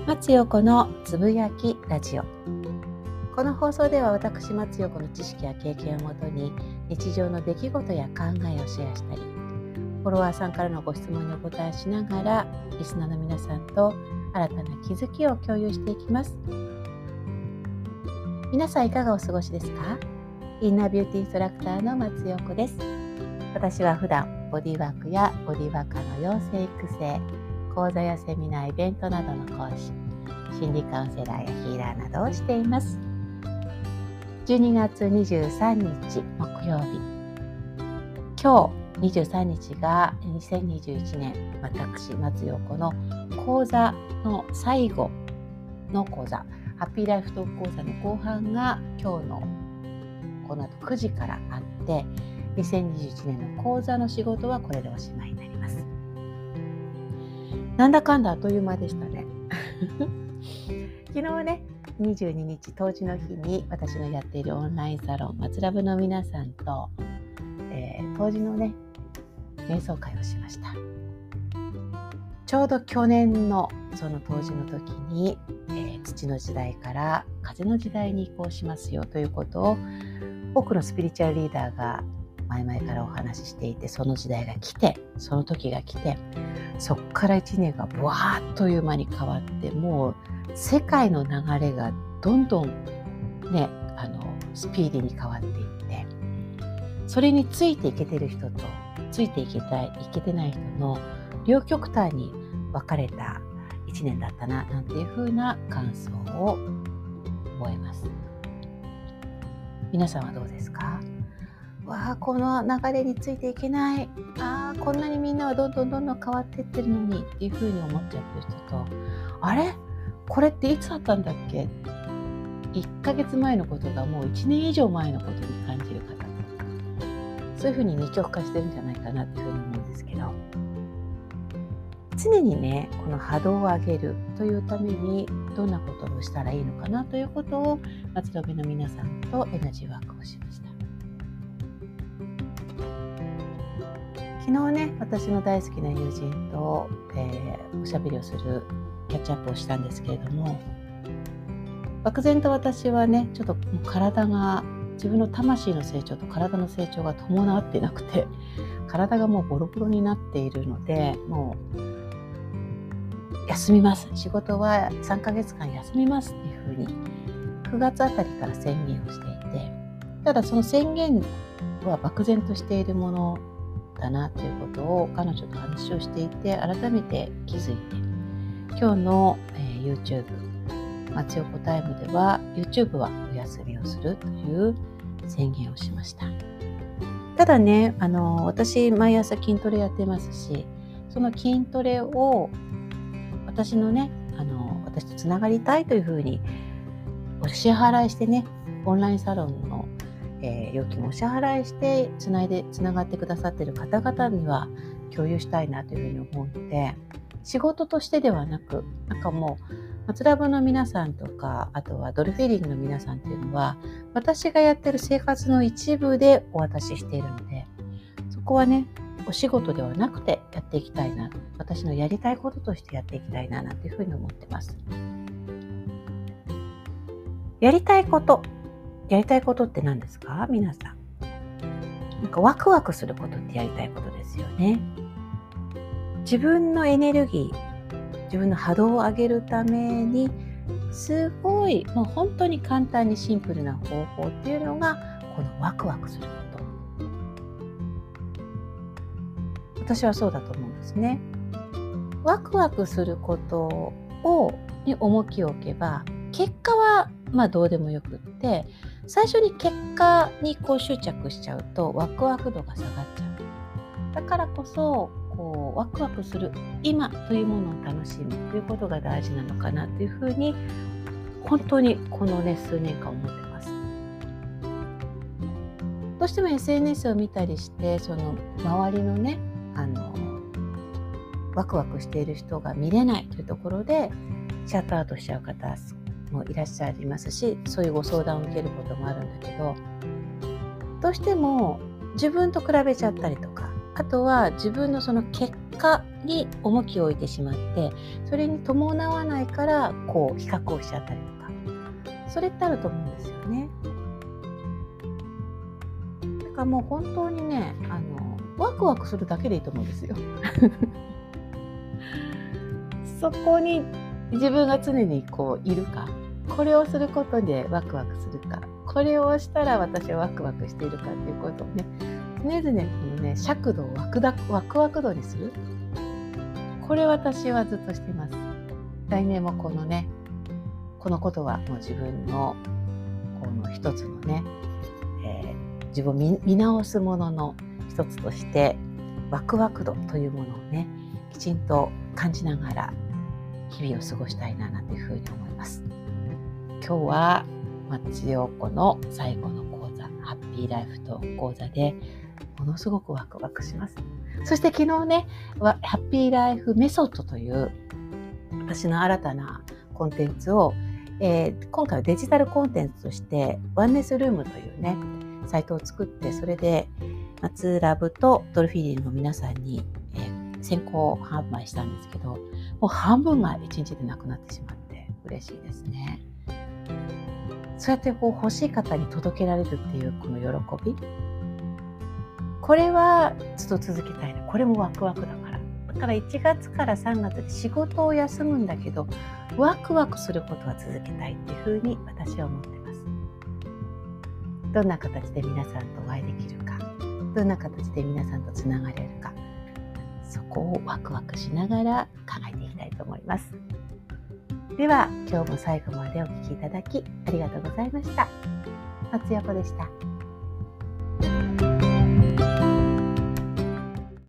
松代子のつぶやきラジオ。この放送では私松代子の知識や経験をもとに日常の出来事や考えをシェアしたり、フォロワーさんからのご質問にお答えしながらリスナーの皆さんと新たな気づきを共有していきます。皆さんいかがお過ごしですか？インナービューティーインストラクターの松代子です。私は普段ボディワークやボディワーカーの養成育成、講座やセミナー、イベントなどの講師、心理カウンセラーやヒーラーなどをしています。12月23日木曜日、今日23日が2021年私松代子の講座の最後の講座、ハッピーライフトーク講座の後半が今日のこの後9時からあって、2021年の講座の仕事はこれでおしまいになります。なんだかんだあっという間でしたね。昨日ね、22日冬至の日に私のやっているオンラインサロン松ラブの皆さんと、冬至のね瞑想会をしました。ちょうど去年のその冬至の時に、土の時代から風の時代に移行しますよということを多くのスピリチュアルリーダーが前々からお話ししていて、その時代が来て、その時が来て、そこから1年がわーっという間に変わって、もう世界の流れがどんどんね、スピーディーに変わっていって、それについていけてる人とついていけてない人の両極端に分かれた1年だったな、なんていう風な感想を覚えます。皆さんはどうですか？わあ、この流れについていけない、こんなにみんなはどんどん変わっていってるのにっていう風に思っちゃってる人と、あれこれっていつあったんだっけ、1ヶ月前のことがもう1年以上前のことに感じる方と、そういう風に二極化してるんじゃないかなっていう風に思うんですけど、常にね、この波動を上げるというためにどんなことをしたらいいのかなということを松戸部の皆さんとエナジーワークをしました。昨日ね、私の大好きな友人と、おしゃべりをするキャッチアップをしたんですけれども、漠然と私はね、ちょっと体が、自分の魂の成長と体の成長が伴ってなくて、体がもうボロボロになっているので、もう休みます、仕事は3ヶ月間休みますっていうふうに9月あたりから宣言をしていて、ただその宣言は漠然としているものだなということを彼女と話をしていて、改めて気づいて、今日の、YouTube 松代子タイムでは YouTube はお休みをするという宣言をしました。ただね、私毎朝筋トレやってますし、その筋トレを私のね、私とつながりたいというふうにお支払いしてね、オンラインサロンの料金をお支払いしてつながってくださっている方々には共有したいなというふうに思うので、仕事としてではなく、なんかもう松ラブの皆さんとか、あとはドルフィーリングの皆さんっていうのは私がやってる生活の一部でお渡ししているので、そこはね、お仕事ではなくてやっていきたいな、私のやりたいこととしてやっていきたいな、なんていうふうに思ってます。やりたいことって何ですか？皆さん。なんかワクワクすることってやりたいことですよね。自分のエネルギー、自分の波動を上げるためにすごい、もう本当に簡単にシンプルな方法っていうのがこのワクワクすること。私はそうだと思うんですね。ワクワクすることに重きを置けば、結果はどうでもよくって、最初に結果に執着しちゃうとワクワク度が下がっちゃう。だからこそワクワクする今というものを楽しむということが大事なのかなというふうに、本当にこのね数年間思ってます。どうしても SNS を見たりして、その周りのねワクワクしている人が見れないというところでシャットアウトしちゃう方もいらっしゃいますし、そういうご相談を受けることもあるんだけど、どうしても自分と比べちゃったりとか、 あとは自分のその結果に重きを置いてしまって、それに伴わないからこう比較をしちゃったりとか、それってあると思うんですよね。だからもう本当にね、ワクワクするだけでいいと思うんですよ。そこに自分が常にこういるか、これをすることでワクワクするか、これをしたら私はワクワクしているかということをね、常々このね、尺度をワクワク度にする。これ私はずっとしています。来年もこのね、このことはもう自分のこの一つのね、自分を 見直すものの一つとしてワクワク度というものをね、きちんと感じながら日々を過ごしたいななんていうふうに思います。今日は松陽子の最後の講座、ハッピーライフトーク講座でものすごくワクワクします。そして昨日ね、ハッピーライフメソッドという私の新たなコンテンツを、今回はデジタルコンテンツとしてワンネスルームというねサイトを作って、それで松ラブとドルフィリンの皆さんに、先行販売したんですけど、もう半分が1日でなくなってしまって嬉しいですね。そうやってこう欲しい方に届けられるっていうこの喜び、これはずっと続けたいな。これもワクワクだから。だから1月から3月で仕事を休むんだけど、ワクワクすることは続けたいっていうふうに私は思ってます。どんな形で皆さんとお会いできるか、どんな形で皆さんとつながれるか、そこをワクワクしながら考えていきたいと思います。では今日も最後までお聞きいただきありがとうございました。松陽子でした。